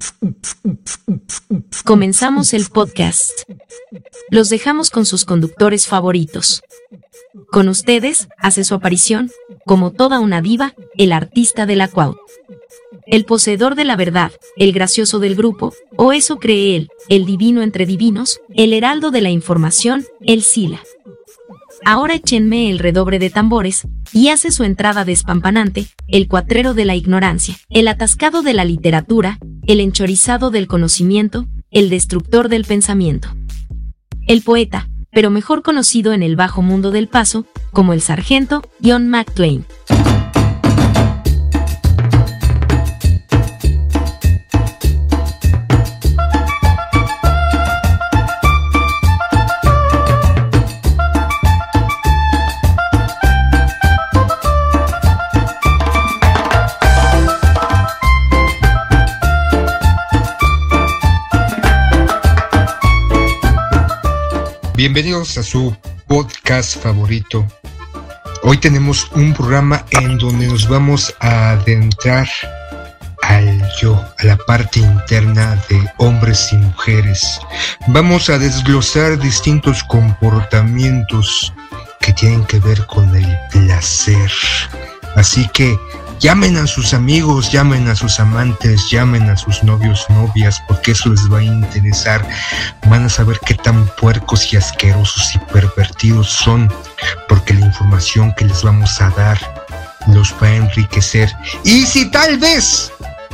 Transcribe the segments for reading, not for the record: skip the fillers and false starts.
Comenzamos el podcast. Los dejamos con sus conductores favoritos. Con ustedes, hace su aparición, como toda una diva, el artista de la Cuaut. El poseedor de la verdad, el gracioso del grupo, o eso cree él, el divino entre divinos, el heraldo de la información, el Sila. Ahora échenme el redoble de tambores, y hace su entrada despampanante, el cuatrero de la ignorancia, el atascado de la literatura, el enchorizado del conocimiento, el destructor del pensamiento. El poeta, pero mejor conocido en el bajo mundo del paso, como el sargento John McClane. Bienvenidos a su podcast favorito. Hoy tenemos un programa en donde nos vamos a adentrar al yo, a la parte interna de hombres y mujeres. Vamos a desglosar distintos comportamientos que tienen que ver con el placer. Así que llamen a sus amigos, llamen a sus amantes, llamen a sus novios, novias, porque eso les va a interesar. Van a saber qué tan puercos y asquerosos y pervertidos son, porque la información que les vamos a dar los va a enriquecer. Y si tal vez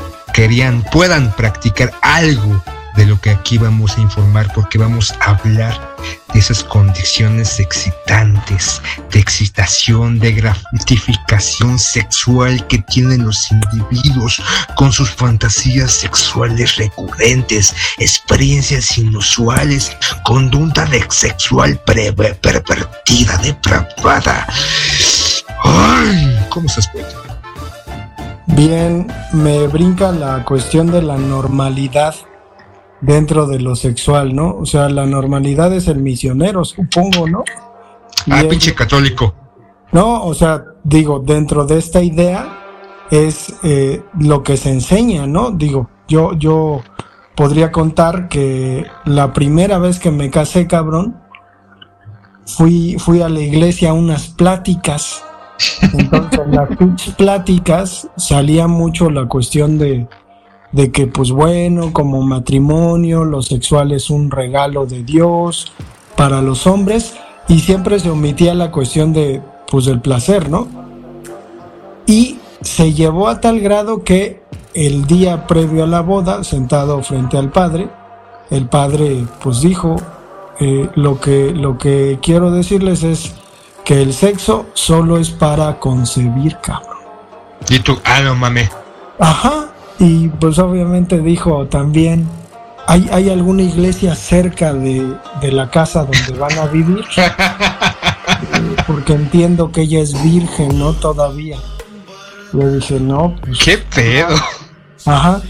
puedan practicar algo de lo que aquí vamos a informar, porque vamos a hablar de esas condiciones excitantes, de excitación, de gratificación sexual que tienen los individuos con sus fantasías sexuales recurrentes, experiencias inusuales, conducta sexual pervertida, depravada. ¡Ay! ¿Cómo se explica? Bien, me brinca la cuestión de la normalidad dentro de lo sexual, ¿no? O sea, la normalidad es el misionero, supongo, ¿no? Pinche católico. No, o sea, digo, dentro de esta idea es lo que se enseña, ¿no? Digo, yo podría contar que la primera vez que me casé, cabrón, fui a la iglesia a unas pláticas. Entonces, en las pláticas salía mucho la cuestión de que, pues bueno, como matrimonio, lo sexual es un regalo de Dios para los hombres, y siempre se omitía la cuestión de, pues, del placer, ¿no? Y se llevó a tal grado que el día previo a la boda, sentado frente al padre, el padre, pues, dijo, lo que quiero decirles es que el sexo solo es para concebir, cabrón. Y tú, no mames. Ajá. Y pues obviamente dijo también, ¿hay alguna iglesia cerca de la casa donde van a vivir? Porque entiendo que ella es virgen, ¿no? Todavía. Le dije, no, pues... ¡Qué pedo! Ajá.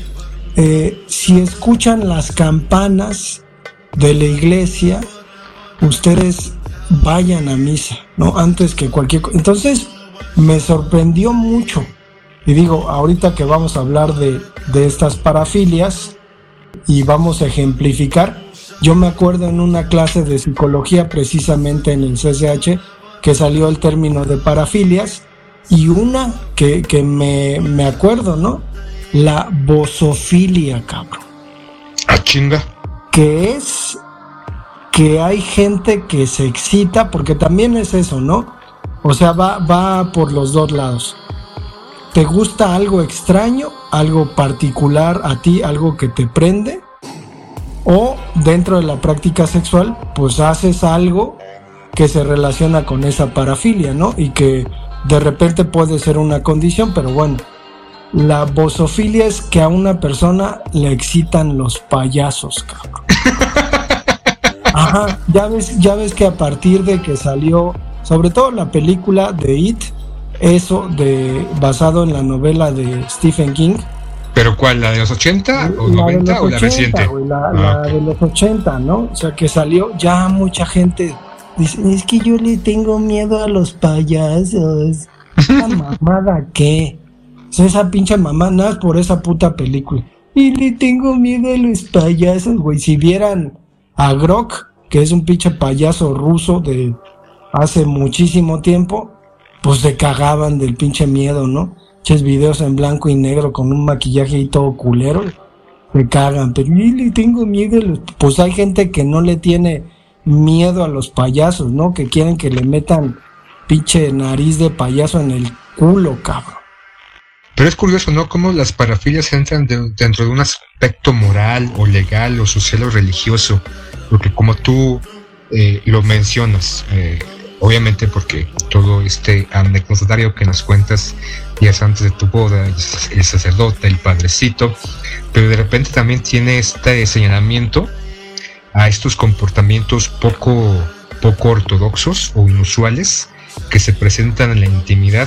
Si escuchan las campanas de la iglesia, ustedes vayan a misa, ¿no? Antes que cualquier cosa. Entonces, me sorprendió mucho. Y digo, ahorita que vamos a hablar de estas parafilias y vamos a ejemplificar, yo me acuerdo en una clase de psicología, precisamente en el CCH, que salió el término de parafilias, y una que me acuerdo, ¿no? La bosofilia, cabrón. Chinga. Que es que hay gente que se excita, porque también es eso, ¿no? O sea, va por los dos lados. ¿Te gusta algo extraño, algo particular a ti, algo que te prende? O dentro de la práctica sexual, pues haces algo que se relaciona con esa parafilia, ¿no? Y que de repente puede ser una condición, pero bueno. La bosofilia es que a una persona le excitan los payasos, cabrón. Ajá, ya ves que a partir de que salió, sobre todo la película de It, eso basado en la novela de Stephen King. ¿Pero cuál? ¿La de los 80 o 90 o la reciente? La de los 80, ¿no? O sea, que salió, ya mucha gente dice, es que yo le tengo miedo a los payasos. ¿Esa mamada qué? O sea, esa pinche mamá, nada por esa puta película. y le tengo miedo a los payasos, güey. Si vieran a Grok, que es un pinche payaso ruso de hace muchísimo tiempo, pues se cagaban del pinche miedo, ¿no? Esos videos en blanco y negro con un maquillaje y todo culero, se cagan, pero le tengo miedo a los... Pues hay gente que no le tiene miedo a los payasos, ¿no? Que quieren que le metan pinche nariz de payaso en el culo, cabrón. Pero es curioso, ¿no? Cómo las parafilias entran dentro de un aspecto moral o legal o social o religioso, porque como tú lo mencionas, obviamente porque todo este anecdotario que nos cuentas días antes de tu boda, el sacerdote, el padrecito, pero de repente también tiene este señalamiento a estos comportamientos poco ortodoxos o inusuales que se presentan en la intimidad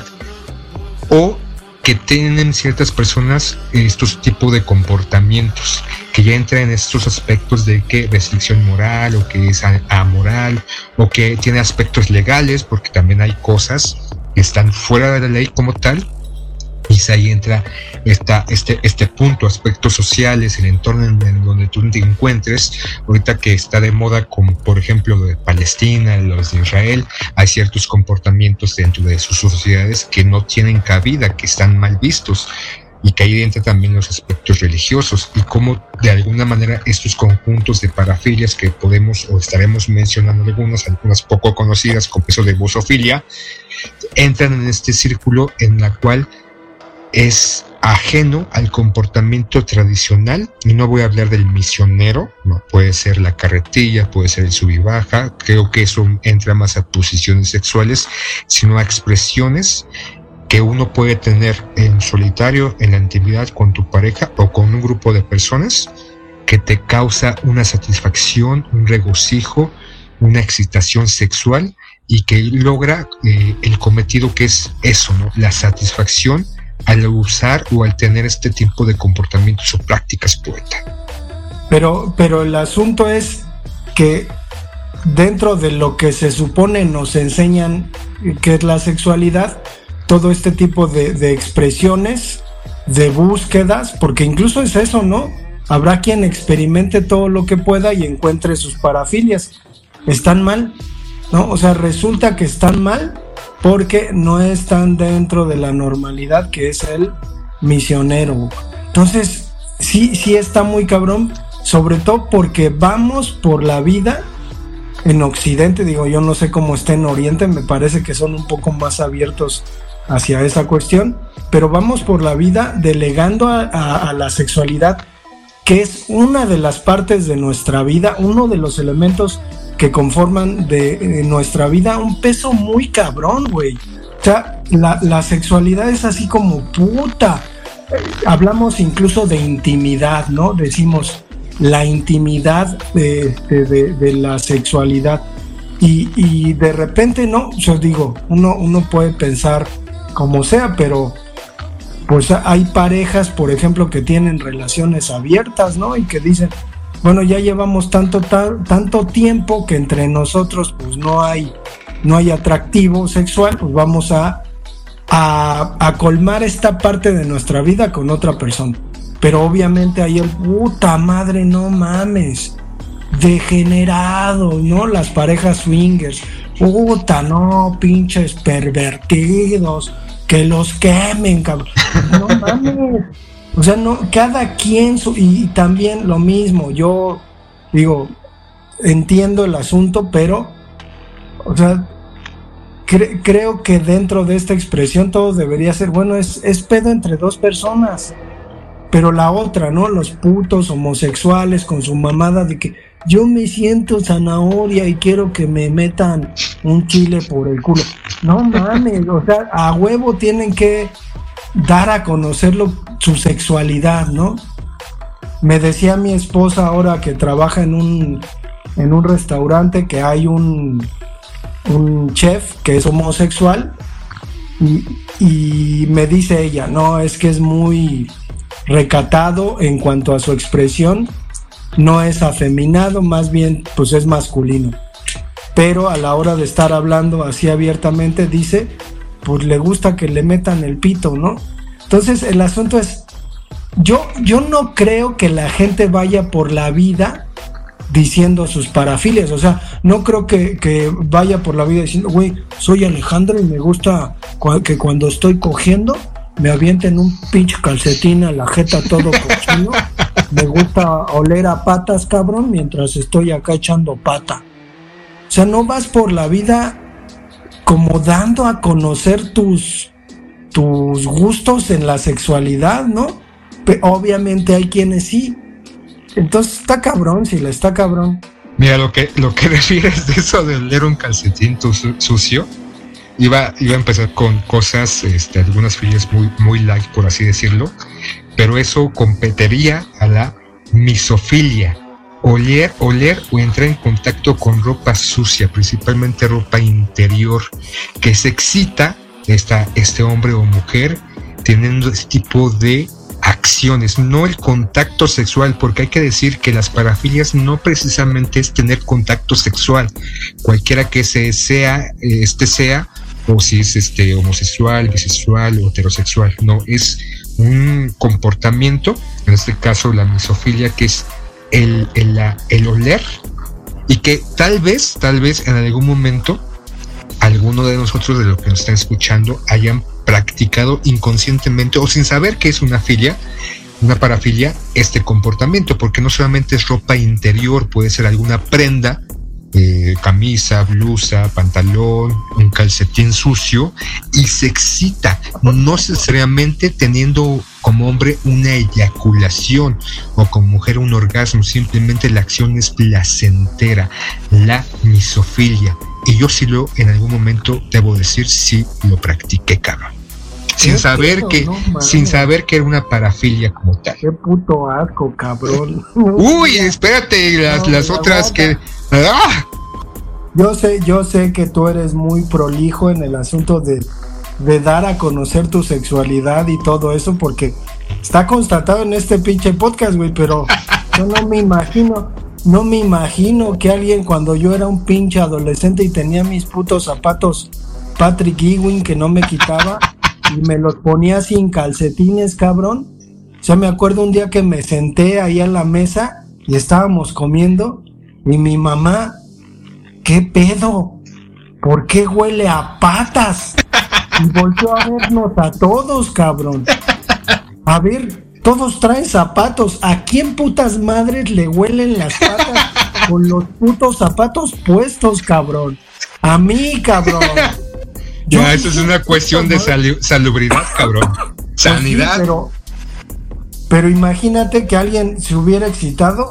o que tienen ciertas personas estos tipos de comportamientos que ya entran en estos aspectos de que restricción moral o que es amoral o que tiene aspectos legales, porque también hay cosas que están fuera de la ley como tal, y ahí entra este punto, aspectos sociales, el entorno en donde tú te encuentres. Ahorita que está de moda, como por ejemplo lo de Palestina, los de Israel, hay ciertos comportamientos dentro de sus sociedades que no tienen cabida, que están mal vistos, y que ahí entra también los aspectos religiosos, y cómo de alguna manera estos conjuntos de parafilias que podemos o estaremos mencionando algunas poco conocidas, como eso de bosofilia, entran en este círculo en la cual es ajeno al comportamiento tradicional, y no voy a hablar del misionero, no puede ser la carretilla, puede ser el sub y baja, creo que eso entra más a posiciones sexuales, sino a expresiones que uno puede tener en solitario, en la intimidad con tu pareja o con un grupo de personas, que te causa una satisfacción, un regocijo, una excitación sexual, y que logra el cometido que es eso, ¿no? La satisfacción al usar o al tener este tipo de comportamientos o prácticas, poeta. Pero el asunto es que dentro de lo que se supone nos enseñan que es la sexualidad, todo este tipo de expresiones, de búsquedas, porque incluso es eso, ¿no? Habrá quien experimente todo lo que pueda y encuentre sus parafilias. ¿Están mal? ¿No? O sea, resulta que están mal porque no están dentro de la normalidad que es el misionero. Entonces, sí está muy cabrón, sobre todo porque vamos por la vida en Occidente, digo, yo no sé cómo está en Oriente, me parece que son un poco más abiertos hacia esa cuestión, pero vamos por la vida delegando a la sexualidad, que es una de las partes de nuestra vida, uno de los elementos que conforman de nuestra vida, un peso muy cabrón, güey. O sea, la sexualidad es así como puta. Hablamos incluso de intimidad, ¿no? Decimos la intimidad de la sexualidad. Y de repente, no, yo digo, uno puede pensar como sea, pero pues hay parejas, por ejemplo, que tienen relaciones abiertas, ¿no? Y que dicen, bueno, ya llevamos tanto tiempo que entre nosotros pues no hay atractivo sexual, pues vamos a colmar esta parte de nuestra vida con otra persona. Pero obviamente hay el puta madre, no mames, degenerado, ¿no? Las parejas swingers, puta, no, pinches pervertidos, que los quemen, cabrón. No mames. O sea, no, cada quien y también lo mismo, yo digo, entiendo el asunto, pero, o sea, creo que dentro de esta expresión todo debería ser, bueno, es pedo entre dos personas, pero la otra, ¿no? Los putos homosexuales con su mamada de que yo me siento zanahoria y quiero que me metan un chile por el culo. No mames, o sea, a huevo tienen que dar a conocerlo, su sexualidad, ¿no? Me decía mi esposa ahora que trabaja en un restaurante que hay un chef que es homosexual y me dice ella, no, es que es muy recatado en cuanto a su expresión, no es afeminado, más bien pues es masculino, pero a la hora de estar hablando así abiertamente dice, pues le gusta que le metan el pito, ¿no? Entonces el asunto es, yo no creo que la gente vaya por la vida diciendo sus parafilias, o sea, no creo que vaya por la vida diciendo, güey, soy Alejandro y me gusta que cuando estoy cogiendo me avienten un pinche calcetín a la jeta todo cochino, me gusta oler a patas, cabrón, mientras estoy acá echando pata. O sea, no vas por la vida como dando a conocer tus gustos en la sexualidad, ¿no? Obviamente hay quienes sí. Entonces está cabrón, Sila, está cabrón. Mira, lo que refieres de eso de leer un calcetín sucio, iba a empezar con cosas, algunas filias muy light, por así decirlo, pero eso competiría a la misofilia. Oler o entrar en contacto con ropa sucia, principalmente ropa interior, que se excita este hombre o mujer teniendo este tipo de acciones, no el contacto sexual, porque hay que decir que las parafilias no precisamente es tener contacto sexual, cualquiera que sea, o si es homosexual, bisexual o heterosexual, no, es un comportamiento, en este caso la misofilia, que es el oler, y que tal vez en algún momento alguno de nosotros, de los que nos están escuchando, hayan practicado inconscientemente o sin saber que es una parafilia, este comportamiento, porque no solamente es ropa interior, puede ser alguna prenda, camisa, blusa, pantalón, un calcetín sucio, y se excita, no necesariamente teniendo como hombre una eyaculación o como mujer un orgasmo, simplemente la acción es placentera, la misofilia. Y yo sí en algún momento, debo decir, sí lo practiqué, cabrón. Sin saber que era una parafilia como tal. Qué puto asco, cabrón. Uy, espérate, las otras que... ¡Ah! Yo sé que tú eres muy prolijo en el asunto de dar a conocer tu sexualidad y todo eso, porque está constatado en este pinche podcast, güey, pero yo no me imagino que alguien, cuando yo era un pinche adolescente y tenía mis putos zapatos Patrick Ewing que no me quitaba y me los ponía sin calcetines, cabrón. O sea, me acuerdo un día que me senté ahí a la mesa y estábamos comiendo y mi mamá, ¿qué pedo? ¿Por qué huele a patas? Y volteó a vernos a todos, cabrón. A ver, todos traen zapatos. ¿A quién putas madres le huelen las patas con los putos zapatos puestos, cabrón? A mí, cabrón. Ya, eso es una cuestión de salubridad, cabrón. Sanidad. Pues sí, pero imagínate que alguien se hubiera excitado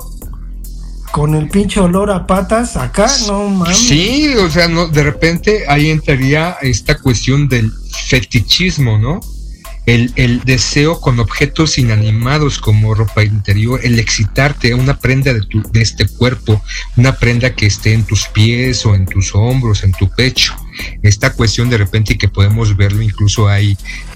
con el pinche olor a patas acá, no mames. Sí, o sea, no, de repente ahí entraría esta cuestión del fetichismo, ¿no? El deseo con objetos inanimados como ropa interior, el excitarte, una prenda de este cuerpo, una prenda que esté en tus pies o en tus hombros, en tu pecho. Esta cuestión de repente, que podemos verlo, incluso hay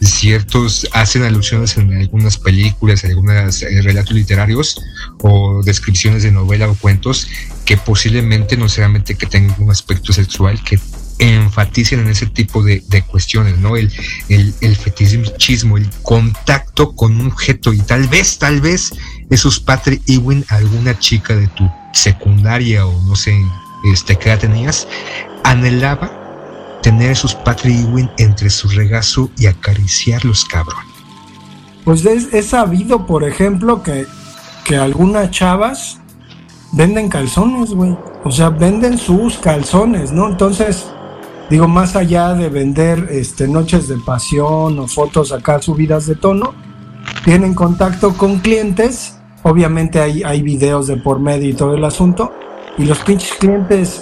hacen alusiones en algunas películas, en algunos relatos literarios o descripciones de novela o cuentos, que posiblemente no necesariamente que tengan un aspecto sexual, que enfaticen en ese tipo de cuestiones, ¿no? El fetichismo, el contacto con un objeto, y tal vez esos Patrick Ewing, alguna chica de tu secundaria o no sé qué edad tenías, anhelaba tener esos Patrick Ewing entre su regazo y acariciarlos, cabrón. Pues es sabido, por ejemplo, que algunas chavas venden calzones, güey. O sea, venden sus calzones, ¿no? Entonces, digo, más allá de vender noches de pasión o fotos acá subidas de tono, tienen contacto con clientes. Obviamente hay videos de por medio y todo el asunto, y los pinches clientes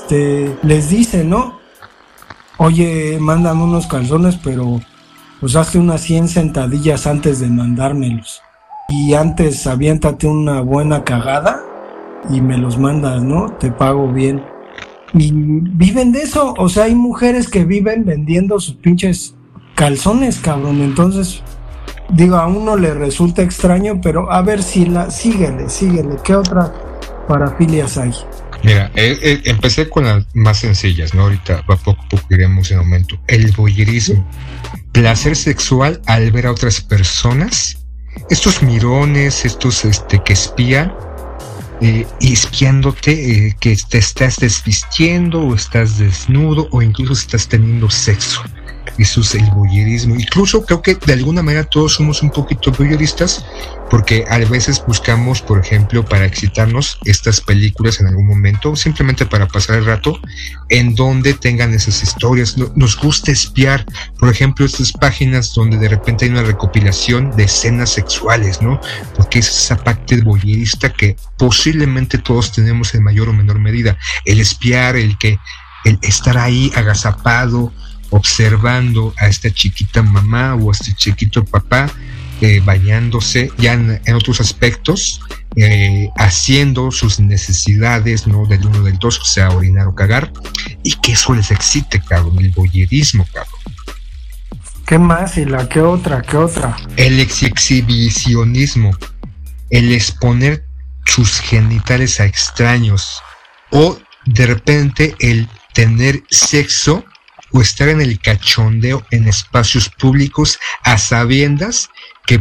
les dicen, ¿no? Oye, mandan unos calzones, pero pues hazte unas 100 sentadillas antes de mandármelos, y antes aviéntate una buena cagada y me los mandas, ¿no? Te pago bien. Y viven de eso. O sea, hay mujeres que viven vendiendo sus pinches calzones, cabrón. Entonces, digo, a uno le resulta extraño, pero a ver, síguele. ¿Qué otras parafilias hay? Mira, empecé con las más sencillas, ¿no? Ahorita poco a poco iremos en aumento. El voyerismo, placer sexual al ver a otras personas estos mirones, estos que espían, y espiándote, que te estás desvistiendo o estás desnudo o incluso estás teniendo sexo. Eso es el voyerismo. Incluso creo que de alguna manera todos somos un poquito voyeristas, porque a veces buscamos, por ejemplo, para excitarnos, estas películas en algún momento, simplemente para pasar el rato, en donde tengan esas historias. Nos gusta espiar, por ejemplo, estas páginas donde de repente hay una recopilación de escenas sexuales, ¿no? Porque es esa parte voyerista que posiblemente todos tenemos en mayor o menor medida. El espiar, el estar ahí agazapado, observando a esta chiquita mamá o a este chiquito papá bañándose ya en otros aspectos, haciendo sus necesidades, ¿no? Del uno del dos, o sea, orinar o cagar, y que eso les excite, cabrón, el voyerismo, cabrón. ¿Qué más? ¿Y la qué otra? El exhibicionismo, el exponer sus genitales a extraños, o de repente el tener sexo o estar en el cachondeo en espacios públicos a sabiendas que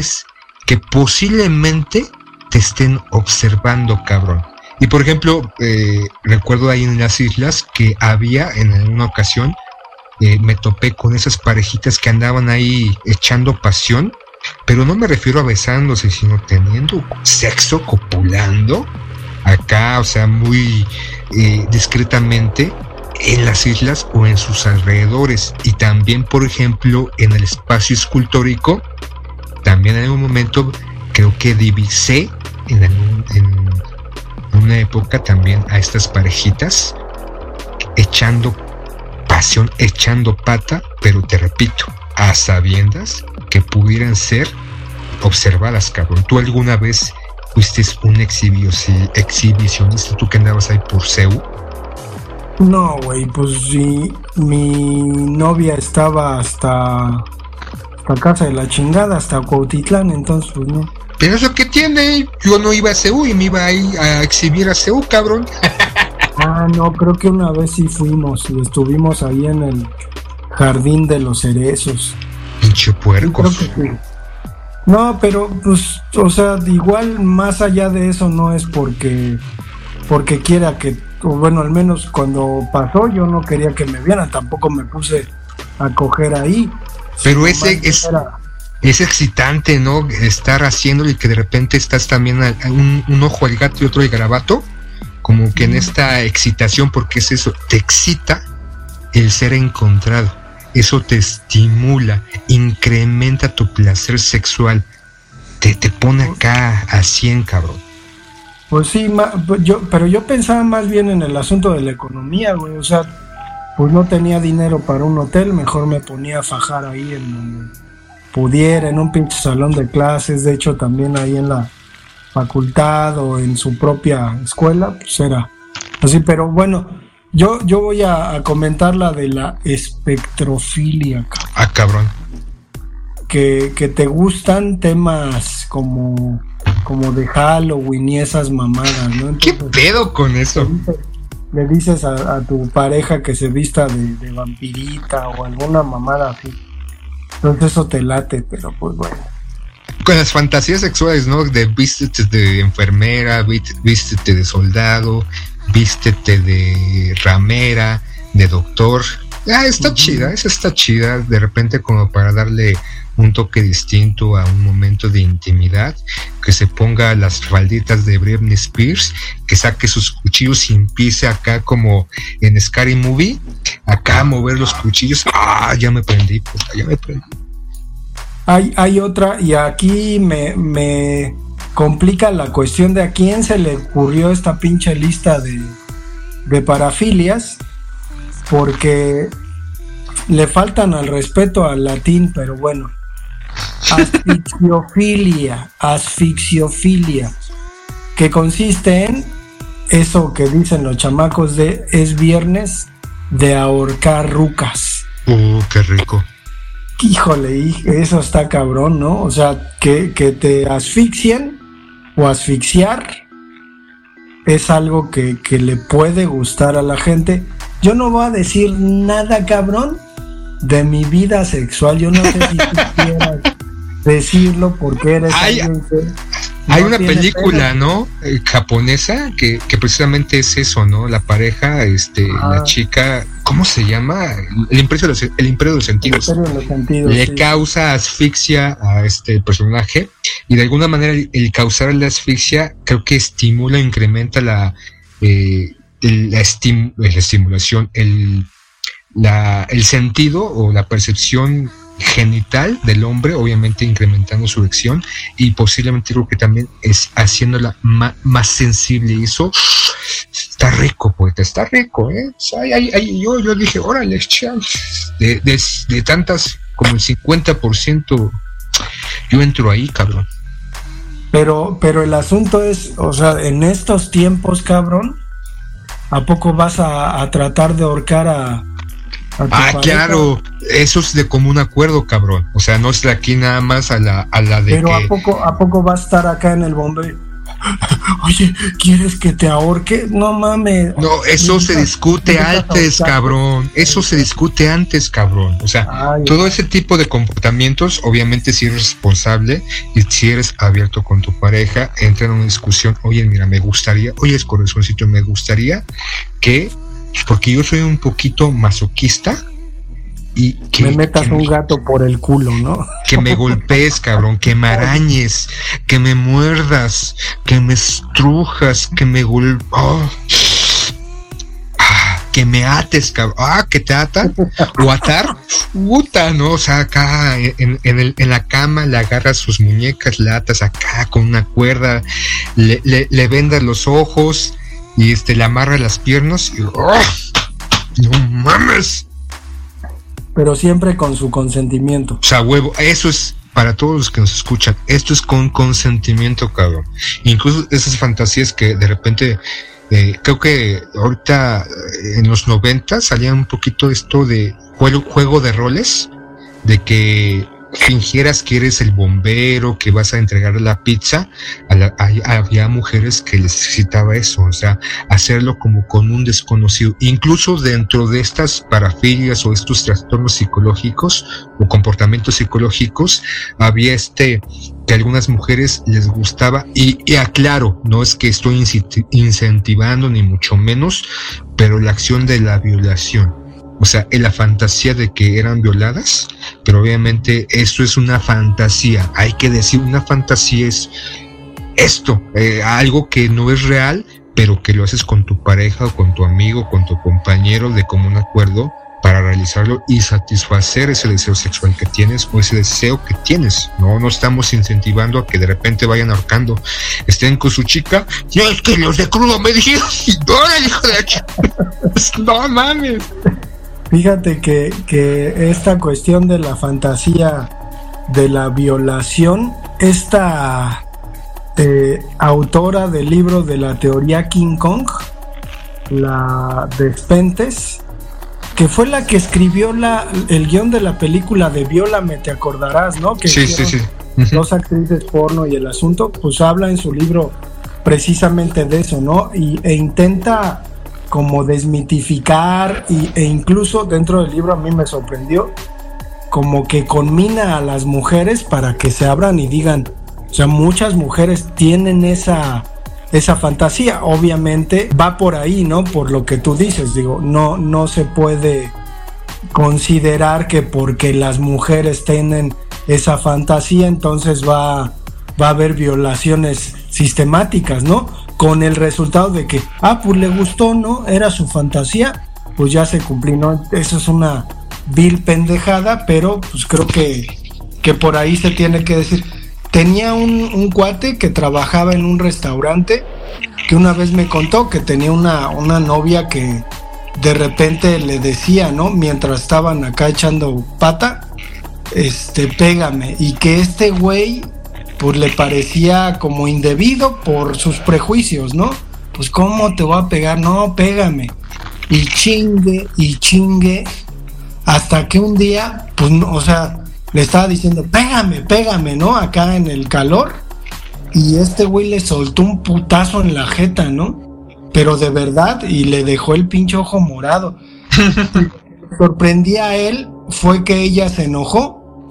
posiblemente te estén observando, cabrón. Y por ejemplo, recuerdo ahí en las islas que había en una ocasión, me topé con esas parejitas que andaban ahí echando pasión, pero no me refiero a besándose, sino teniendo sexo, copulando acá, o sea, muy discretamente, en las islas o en sus alrededores. Y también, por ejemplo, en el espacio escultórico, también en un momento creo que divisé en una época también a estas parejitas echando pasión, echando pata, pero te repito, a sabiendas que pudieran ser observadas, cabrón. ¿Tú alguna vez fuiste un exhibicionista, tú que andabas ahí por CEU? No, güey, pues sí, mi novia estaba hasta casa de la chingada, hasta Cuautitlán, entonces pues no. Pero eso que tiene, yo no iba a CEU y me iba ahí a exhibir a CEU, cabrón. No, creo que una vez sí fuimos y estuvimos ahí en el Jardín de los Cerezos. Pinche puercos. Creo que sí. No, pero pues, o sea, igual más allá de eso no es porque quiera que, o bueno, al menos cuando pasó yo no quería que me vieran, tampoco me puse a coger ahí. Pero ese es excitante, ¿no? Estar haciéndolo y que de repente estás también un ojo al gato y otro al garabato, como que en esta excitación, porque es eso, te excita el ser encontrado, eso te estimula, incrementa tu placer sexual, te pone acá a 100, cabrón. Pues sí, pero yo pensaba más bien en el asunto de la economía, güey, o sea, pues no tenía dinero para un hotel, mejor me ponía a fajar ahí en donde pudiera, en un pinche salón de clases, de hecho también ahí en la facultad o en su propia escuela, pues era así, pero bueno, yo voy a comentar la de la espectrofilia, cabrón. Que te gustan temas como de Halloween y esas mamadas, ¿no? Entonces, ¿qué pedo con eso? Le dices a tu pareja que se vista de vampirita o alguna mamada así. Entonces eso te late, pero pues bueno. Con las fantasías sexuales, ¿no? De vístete de enfermera, vístete de soldado, vístete de ramera, de doctor. Está chida, esa está chida. De repente como para darle un toque distinto a un momento de intimidad, que se ponga las falditas de Britney Spears, que saque sus cuchillos y empiece acá como en Scary Movie, acá a mover los cuchillos. Ya me prendí, puta, ya me prendí. Hay otra, y aquí me complica la cuestión de a quién se le ocurrió esta pinche lista de parafilias, porque le faltan al respeto al latín, pero bueno. Asfixiofilia, que consiste en eso que dicen los chamacos de es viernes de ahorcar rucas. Qué rico. Híjole, eso está cabrón, ¿no? O sea, que te asfixien o asfixiar es algo que le puede gustar a la gente. Yo no voy a decir nada, cabrón, de mi vida sexual. Yo no sé si tú quieras decirlo porque eres alguien que hay una película, ¿no? Japonesa que precisamente es eso, ¿no? La pareja, la chica, ¿cómo se llama? El Imperio de los Sentidos. Le causa asfixia a este personaje y de alguna manera el causar la asfixia creo que estimula, incrementa la estimulación, el sentido o la percepción genital del hombre, obviamente incrementando su erección y posiblemente creo que también es haciéndola más sensible, y eso está rico, poeta, está rico, ¿eh? O sea, yo dije, órale, de tantas, como el 50%, yo entro ahí, cabrón. Pero el asunto es, o sea, en estos tiempos, cabrón, ¿a poco vas a tratar de ahorcar a pareja? Claro, eso es de común acuerdo, cabrón. O sea, no es de aquí nada más a la de pero que... ¿a poco va a estar acá en el bombero? Oye, ¿quieres que te ahorque? No mames. No, eso se discute antes, cabrón. Eso se discute antes, cabrón. O sea, todo ese tipo de comportamientos, obviamente si eres responsable y si eres abierto con tu pareja, entra en una discusión. Oye, mira, corazoncito, me gustaría que... porque yo soy un poquito masoquista y que me metas un gato por el culo, ¿no? Que me golpees, cabrón, que me arañes, que me muerdas, que me estrujas, que me que me ates, cabrón. Que te atan o atar, puta, ¿no? O sea, acá en la cama le agarras sus muñecas, le atas acá con una cuerda, le vendas los ojos y le amarra las piernas y no mames. Pero siempre con su consentimiento. O sea, huevo, eso es para todos los que nos escuchan, esto es con consentimiento, cabrón. Incluso esas fantasías que de repente creo que ahorita en los 90 salía un poquito esto de juego de roles, de que fingieras que eres el bombero, que vas a entregar la pizza. Había mujeres que les excitaba eso, o sea, hacerlo como con un desconocido. Incluso dentro de estas parafilias o estos trastornos psicológicos o comportamientos psicológicos, había que a algunas mujeres les gustaba, y aclaro, no es que estoy incentivando ni mucho menos, pero la acción de la violación. O sea, en la fantasía de que eran violadas, pero obviamente esto es una fantasía. Hay que decir, una fantasía es esto, algo que no es real, pero que lo haces con tu pareja o con tu amigo, con tu compañero de común acuerdo para realizarlo y satisfacer ese deseo sexual que tienes o ese deseo que tienes. No estamos incentivando a que de repente vayan ahorcando, estén con su chica. No, es que los de crudo me dijeron, ¡no, hijo de chica! ¡No mames! Fíjate que esta cuestión de la fantasía de la violación, esta autora del libro de la teoría King Kong, la Despentes, que fue la que escribió el guión de la película de Viólame, te acordarás, ¿no? Que sí. Dos actrices porno y el asunto, pues habla en su libro precisamente de eso, ¿no? E intenta como desmitificar e incluso dentro del libro a mí me sorprendió como que conmina a las mujeres para que se abran y digan, o sea, muchas mujeres tienen esa fantasía. Obviamente va por ahí, ¿no? Por lo que tú dices, digo, no se puede considerar que porque las mujeres tienen esa fantasía entonces va a haber violaciones sistemáticas, ¿no? Con el resultado de que, pues le gustó, ¿no? Era su fantasía, pues ya se cumplió, ¿no? Eso es una vil pendejada, pero pues creo que por ahí se tiene que decir. Tenía un cuate que trabajaba en un restaurante que una vez me contó que tenía una novia que de repente le decía, ¿no? Mientras estaban acá echando pata, pégame, y que este güey pues le parecía como indebido por sus prejuicios, ¿no? Pues ¿cómo te voy a pegar? No, pégame. Y chingue, hasta que un día, pues, o sea, le estaba diciendo, pégame, ¿no? Acá en el calor. Y este güey le soltó un putazo en la jeta, ¿no? Pero de verdad, y le dejó el pinche ojo morado. Sorprendía a él, fue que ella se enojó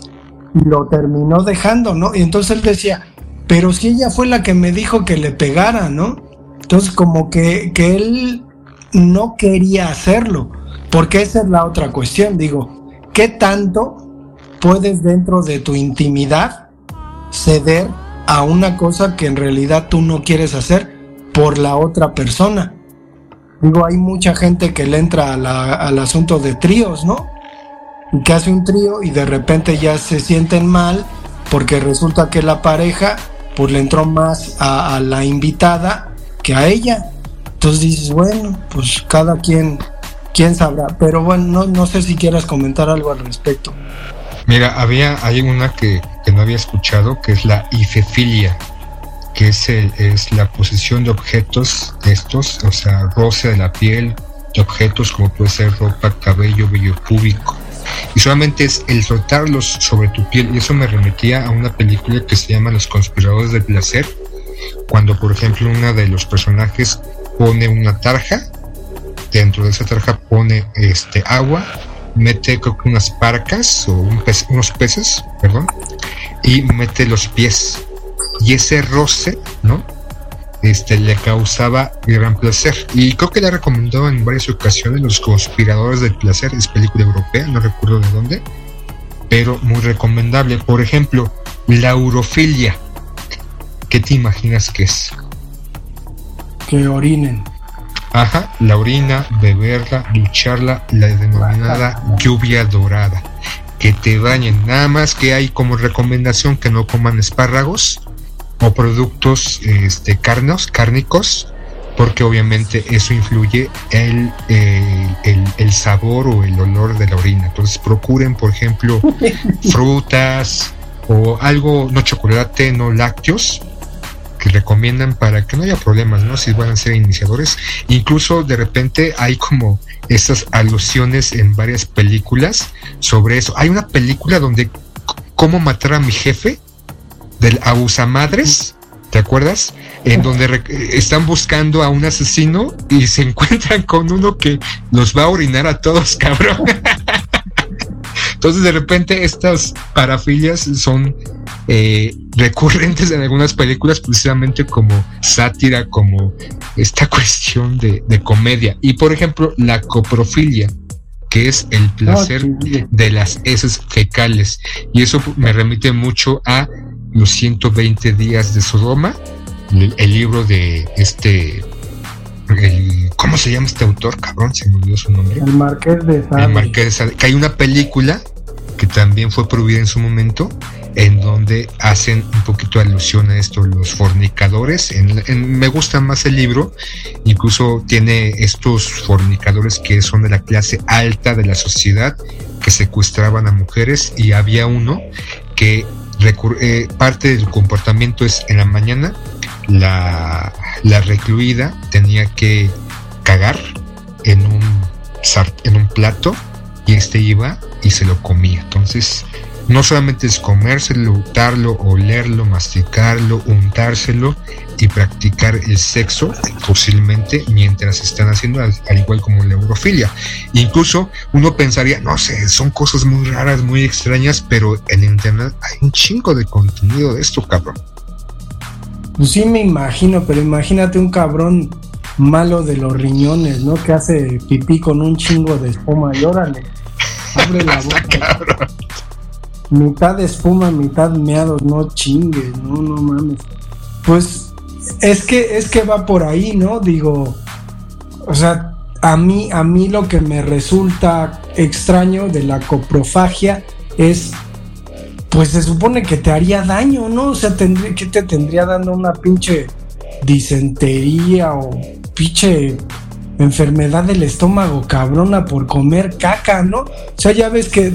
y lo terminó dejando, ¿no? Y entonces él decía, pero si ella fue la que me dijo que le pegara, ¿no? Entonces como que él no quería hacerlo, porque esa es la otra cuestión, digo, ¿qué tanto puedes dentro de tu intimidad ceder a una cosa que en realidad tú no quieres hacer por la otra persona? Digo, hay mucha gente que le entra al asunto de tríos, ¿no? Y que hace un trío y de repente ya se sienten mal porque resulta que la pareja pues le entró más a la invitada que a ella. Entonces dices, bueno, pues cada quien sabrá. Pero bueno, no sé si quieras comentar algo al respecto. Mira, hay una que no había escuchado, que es la ifefilia, que es la posesión de objetos estos, o sea, roce de la piel, de objetos como puede ser ropa, cabello, vello púbico. Y solamente es el soltarlos sobre tu piel. Y eso me remitía a una película que se llama Los Conspiradores del Placer, cuando por ejemplo uno de los personajes pone una tarja, dentro de esa tarja pone agua, mete creo que unas parcas o unos peces, y mete los pies, y ese roce, ¿no? Le causaba gran placer. Y creo que le recomendado en varias ocasiones Los Conspiradores del Placer, es película europea, no recuerdo de dónde, pero muy recomendable. Por ejemplo, la urofilia, ¿qué te imaginas que es? Que orinen. Ajá, la orina, beberla, lucharla, la denominada lluvia dorada, que te bañen. Nada más que hay como recomendación que no coman espárragos o productos cárnicos, porque obviamente eso influye el sabor o el olor de la orina. Entonces procuren, por ejemplo, frutas o algo, no chocolate, no lácteos, que recomiendan para que no haya problemas, ¿no? Si van a ser iniciadores. Incluso de repente hay como estas alusiones en varias películas sobre eso. Hay una película donde cómo matar a mi jefe, del abusamadres, ¿te acuerdas? En donde están buscando a un asesino y se encuentran con uno que los va a orinar a todos, cabrón. Entonces de repente estas parafilias son recurrentes en algunas películas, precisamente como sátira, como esta cuestión de comedia. Y por ejemplo la coprofilia, que es el placer de las heces fecales, y eso me remite mucho a Los 120 días de Sodoma, el libro de ¿cómo se llama este autor, cabrón? Se me olvidó su nombre. El Marqués de Sade. El Marqués de Sade. Que hay una película que también fue prohibida en su momento, en donde hacen un poquito alusión a esto, los fornicadores. Me gusta más el libro, incluso tiene estos fornicadores que son de la clase alta de la sociedad, que secuestraban a mujeres, y había uno que parte del comportamiento es en la mañana la recluida tenía que cagar en un plato, y iba y se lo comía. Entonces no solamente es comérselo, untarlo, olerlo, masticarlo, untárselo y practicar el sexo posiblemente mientras están haciendo, al igual como la urofilia. Incluso uno pensaría, no sé, son cosas muy raras, muy extrañas, pero en internet hay un chingo de contenido de esto, cabrón. Pues sí me imagino, pero imagínate un cabrón malo de los riñones, ¿no? Que hace pipí con un chingo de espuma, y órale, abre la boca. Cabrón. Mitad de espuma, mitad meados, no chingues, no mames. Pues es que va por ahí, ¿no? Digo, o sea, a mí lo que me resulta extraño de la coprofagia es, pues se supone que te haría daño, ¿no? O sea, que te tendría dando una pinche disentería o pinche enfermedad del estómago cabrona por comer caca, ¿no? O sea, ya ves que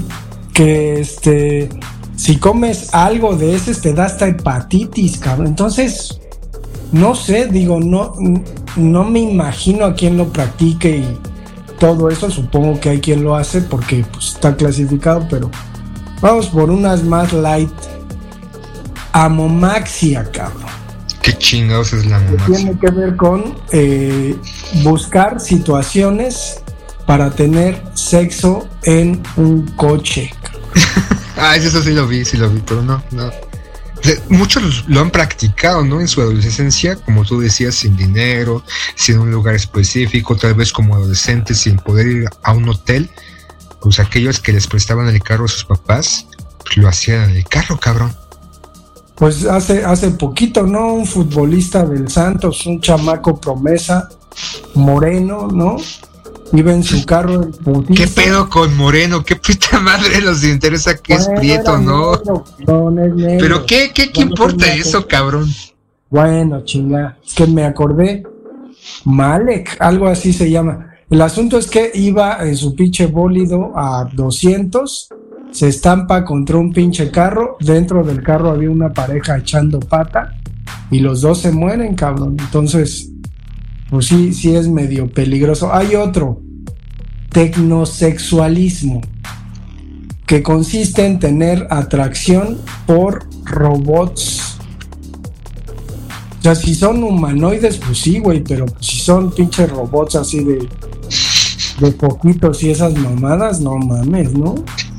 si comes algo de ese te da hasta hepatitis, cabrón. Entonces, no sé, digo, no me imagino a quién lo practique y todo eso. Supongo que hay quien lo hace porque pues, está clasificado, pero vamos por unas más light. Amomaxia, cabrón. ¿Qué chingados es la amomaxia? Tiene que ver con buscar situaciones para tener sexo en un coche. Eso sí lo vi, pero no. Muchos lo han practicado, ¿no? En su adolescencia, como tú decías, sin dinero, sin un lugar específico, tal vez como adolescentes, sin poder ir a un hotel. Pues aquellos que les prestaban el carro a sus papás, pues lo hacían en el carro, cabrón. Pues hace poquito, ¿no? Un futbolista del Santos, un chamaco promesa, moreno, ¿no? Iba en su carro en putiza. ¿Qué pedo con Moreno? ¿Qué puta madre nos interesa que es prieto, no? No es negro. ¿Pero qué importa eso, cabrón? Bueno, chinga, es que me acordé. Malek, algo así se llama. El asunto es que iba en su pinche bólido a 200, se estampa contra un pinche carro, dentro del carro había una pareja echando pata y los dos se mueren, cabrón. Entonces, pues sí es medio peligroso. Hay otro, tecnosexualismo, que consiste en tener atracción por robots. O sea, si son humanoides, pues sí, güey, pero si son pinches robots así de poquitos y esas mamadas, no mames, ¿no?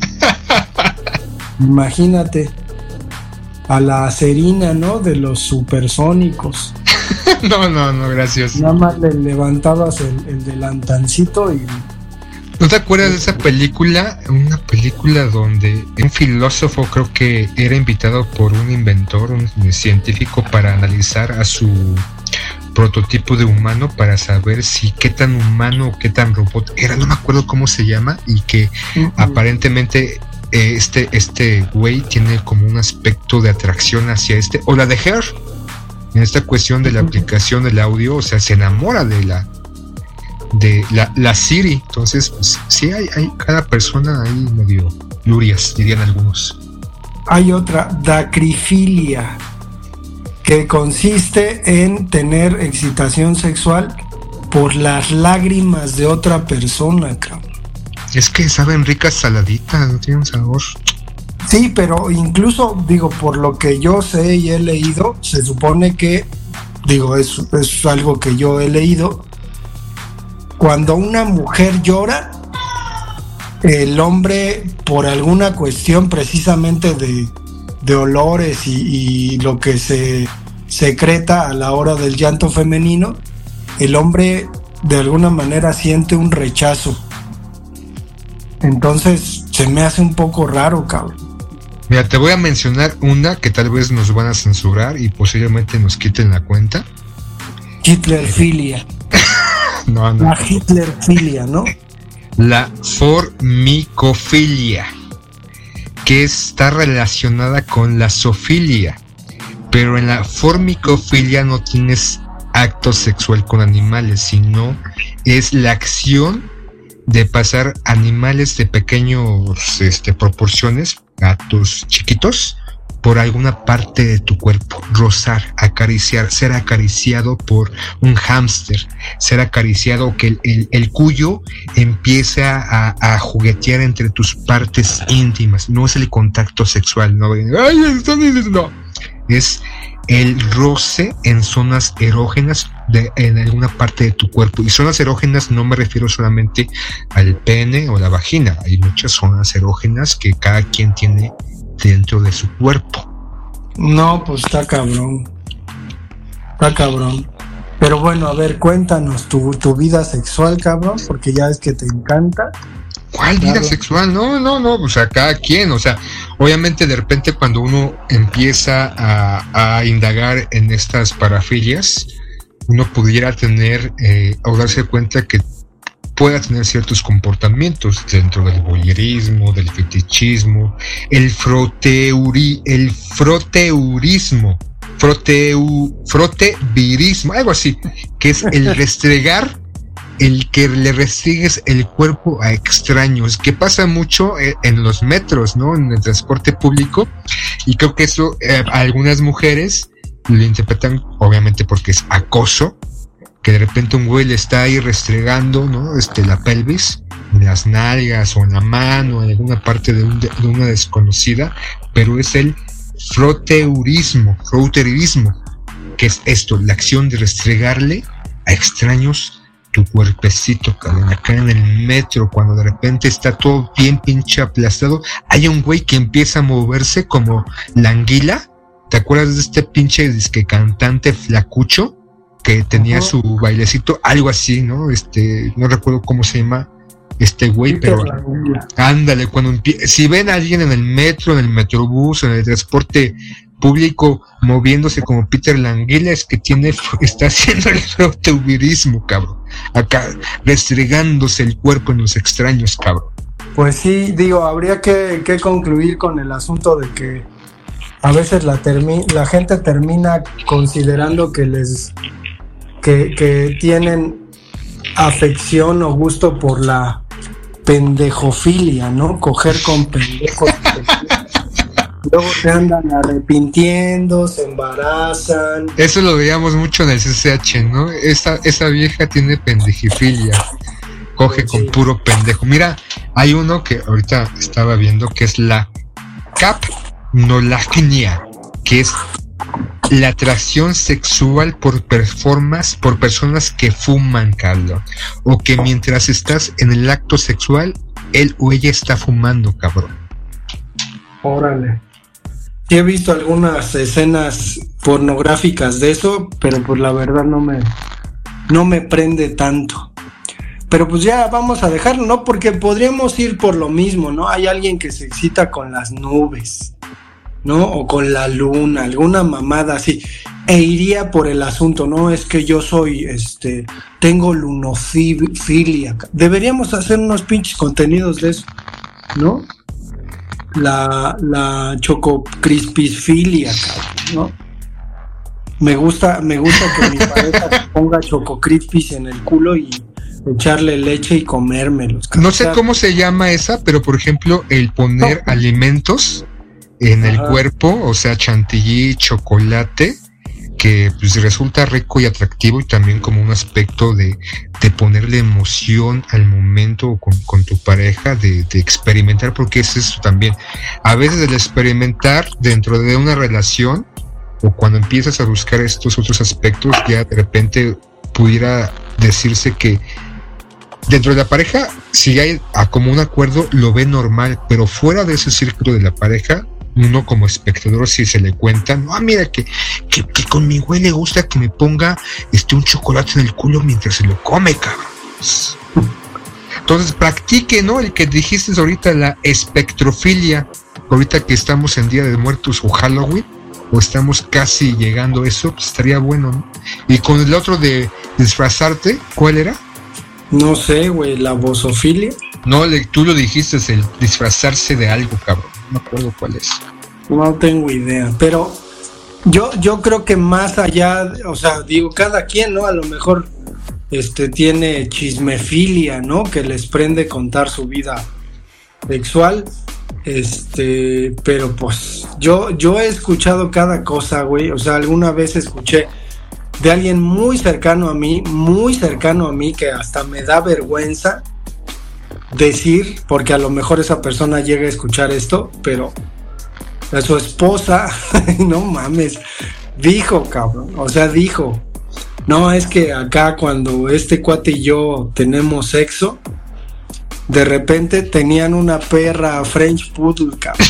Imagínate a la Serina, ¿no? De los supersónicos. No, gracias. Nada más le levantabas el delantancito y... ¿No te acuerdas de esa película? Una película donde un filósofo, creo que era invitado por un inventor, un científico, para analizar a su prototipo de humano para saber si qué tan humano o qué tan robot era, no me acuerdo cómo se llama, y que aparentemente este güey tiene como un aspecto de atracción hacia o la de Her, en esta cuestión de la aplicación del audio, o sea, se enamora de la Siri. Entonces, pues, sí hay cada persona ahí medio lurias, dirían algunos. Hay otra, dacrifilia, que consiste en tener excitación sexual por las lágrimas de otra persona, cabrón. Es que saben ricas saladitas, no tienen sabor. Sí, pero incluso, digo, por lo que yo sé y he leído, se supone que, digo, es algo que yo he leído, cuando una mujer llora, el hombre, por alguna cuestión precisamente de olores y lo que se secreta a la hora del llanto femenino, el hombre de alguna manera siente un rechazo. Entonces se me hace un poco raro, cabrón. Mira, te voy a mencionar una que tal vez nos van a censurar y posiblemente nos quiten la cuenta. Hitlerfilia. No. La Hitlerfilia, ¿no? La formicofilia, que está relacionada con la zoofilia, pero en la formicofilia no tienes acto sexual con animales, sino es la acción de pasar animales de pequeños proporciones, gatos chiquitos, por alguna parte de tu cuerpo, rozar, acariciar, ser acariciado por un hámster, ser acariciado, que el cuyo empieza a juguetear entre tus partes íntimas. No es el contacto sexual, no, es el roce en zonas erógenas en alguna parte de tu cuerpo. Y zonas erógenas no me refiero solamente al pene o la vagina, hay muchas zonas erógenas que cada quien tiene dentro de su cuerpo. No, pues está cabrón. Pero bueno, a ver, cuéntanos tu vida sexual, cabrón, porque ya es que te encanta. ¿Cuál vida sexual? No, o sea, cada quien, o sea, obviamente de repente cuando uno empieza a indagar en estas parafilias, uno pudiera tener o darse cuenta que pueda tener ciertos comportamientos dentro del voyerismo, del fetichismo, el frotevirismo, algo así, que es el restregar, el que le restregues el cuerpo a extraños, que pasa mucho en los metros, ¿no? En el transporte público, y creo que eso a algunas mujeres lo interpretan obviamente porque es acoso, que de repente un güey le está ahí restregando, ¿no? La pelvis, en las nalgas o en la mano, en alguna parte de una desconocida, pero es el froterismo, que es esto, la acción de restregarle a extraños tu cuerpecito, cabrón, acá en el metro, cuando de repente está todo bien pinche aplastado, hay un güey que empieza a moverse como la anguila. ¿Te acuerdas de este pinche disque cantante flacucho que tenía su bailecito? Algo así, ¿no? No recuerdo cómo se llama este güey, pero ándale, si ven a alguien en el metro, en el metrobús, en el transporte público moviéndose como Peter Languila, es que está haciendo el fronteurismo, cabrón, acá restregándose el cuerpo en los extraños, cabrón. Pues sí, digo, habría que concluir con el asunto de que a veces la gente termina considerando que tienen afección o gusto por la pendejofilia, ¿no? Coger con pendejos. Luego se andan arrepintiendo, se embarazan. Eso lo veíamos mucho en el CCH, ¿no? Esa vieja tiene pendejifilia. Coge con puro pendejo. Mira, hay uno que ahorita estaba viendo que es la capnolacnia, que es la atracción sexual por personas que fuman, cabrón. O que mientras estás en el acto sexual, él o ella está fumando, cabrón. Órale. Sí he visto algunas escenas pornográficas de eso, pero pues la verdad no me prende tanto. Pero pues ya vamos a dejarlo, ¿no? Porque podríamos ir por lo mismo, ¿no? Hay alguien que se excita con las nubes, ¿no? O con la luna, alguna mamada así. E iría por el asunto, ¿no? Es que yo soy, tengo lunofilia. Deberíamos hacer unos pinches contenidos de eso, ¿no? La Choco Crispis-filia, ¿no? Me gusta que mi pareja ponga Choco Crispis en el culo y echarle leche y comérmelos. No sé cómo se llama esa, pero por ejemplo, el poner alimentos en el cuerpo, o sea, chantilly, chocolate, que pues resulta rico y atractivo, y también como un aspecto de ponerle emoción al momento con tu pareja, de experimentar, porque es eso también. A veces el experimentar dentro de una relación, o cuando empiezas a buscar estos otros aspectos, ya de repente pudiera decirse que dentro de la pareja, si hay a común acuerdo, lo ve normal, pero fuera de ese círculo de la pareja, uno como espectador, si se le cuentan, mira que con mi güey le gusta que me ponga un chocolate en el culo mientras se lo come, cabrón. Entonces practique, ¿no? El que dijiste ahorita, la espectrofilia, ahorita que estamos en Día de Muertos o Halloween, o estamos casi llegando a eso, pues estaría bueno, ¿no? Y con el otro de disfrazarte, ¿cuál era? No sé, güey, la bozofilia. No, tú lo dijiste, el disfrazarse de algo, cabrón. No me acuerdo cuál es. No tengo idea, pero yo creo que más allá, o sea, digo, cada quien, ¿no? A lo mejor tiene chismefilia, ¿no? Que les prende contar su vida sexual. Pero pues yo he escuchado cada cosa, güey. O sea, alguna vez escuché de alguien muy cercano a mí, que hasta me da vergüenza decir, porque a lo mejor esa persona llega a escuchar esto, pero a su esposa, no mames, dijo, cabrón, o sea, dijo, no, es que acá cuando este cuate y yo tenemos sexo, de repente tenían una perra French Poodle, cabrón.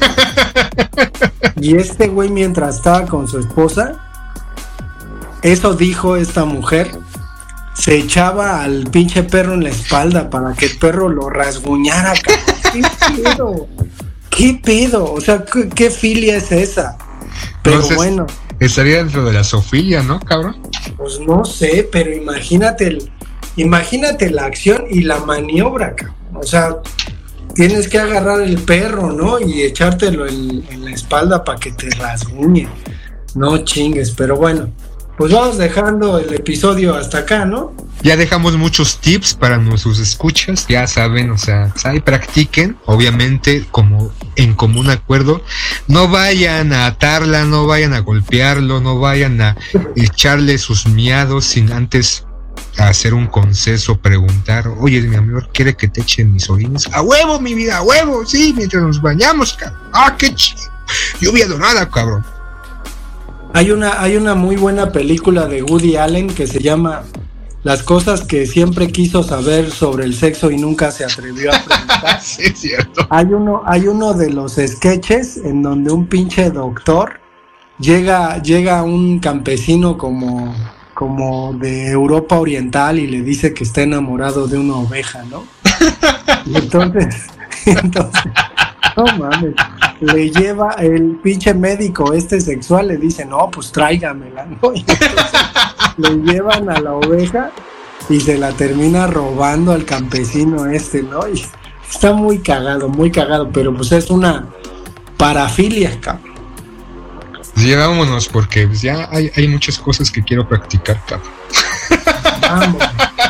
Y este güey, mientras estaba con su esposa, eso dijo esta mujer, se echaba al pinche perro en la espalda para que el perro lo rasguñara, cabrón. ¿Qué pedo? O sea, ¿qué filia es esa? Pero entonces, bueno. Estaría dentro de la zoofilia, ¿no, cabrón? Pues no sé, pero imagínate la acción y la maniobra, cabrón. O sea, tienes que agarrar el perro, ¿no? Y echártelo en la espalda para que te rasguñe. No chingues, pero bueno. Pues vamos dejando el episodio hasta acá, ¿no? Ya dejamos muchos tips para nuestros escuchas, ya saben, o sea, ahí practiquen, obviamente, como en común acuerdo. No vayan a atarla, no vayan a golpearlo, no vayan a echarle sus miados sin antes hacer un conceso, preguntar, oye, mi amor, ¿quiere que te echen mis orines? ¡A huevo, mi vida, a huevo! Sí, mientras nos bañamos, cabrón. ¡Ah, qué chido! Lluvia dorada, cabrón. Hay una muy buena película de Woody Allen que se llama las cosas que siempre quiso saber sobre el sexo y nunca se atrevió a preguntar. Sí, es cierto. Hay uno de los sketches en donde un pinche doctor llega un campesino como de Europa Oriental y le dice que está enamorado de una oveja, ¿no? Y entonces, no mames, le lleva el pinche médico sexual, le dice, no, pues tráigamela, ¿no? Y entonces le llevan a la oveja y se la termina robando al campesino ¿no? Y está muy cagado, pero pues es una parafilia, cabrón. Sí, vámonos, porque pues, ya hay muchas cosas que quiero practicar, cabrón.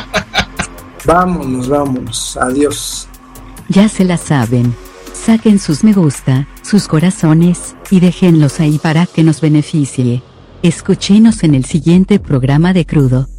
Vámonos, adiós. Ya se la saben. Saquen sus me gusta, sus corazones, y déjenlos ahí para que nos beneficie. Escúchenos en el siguiente programa de Crudo.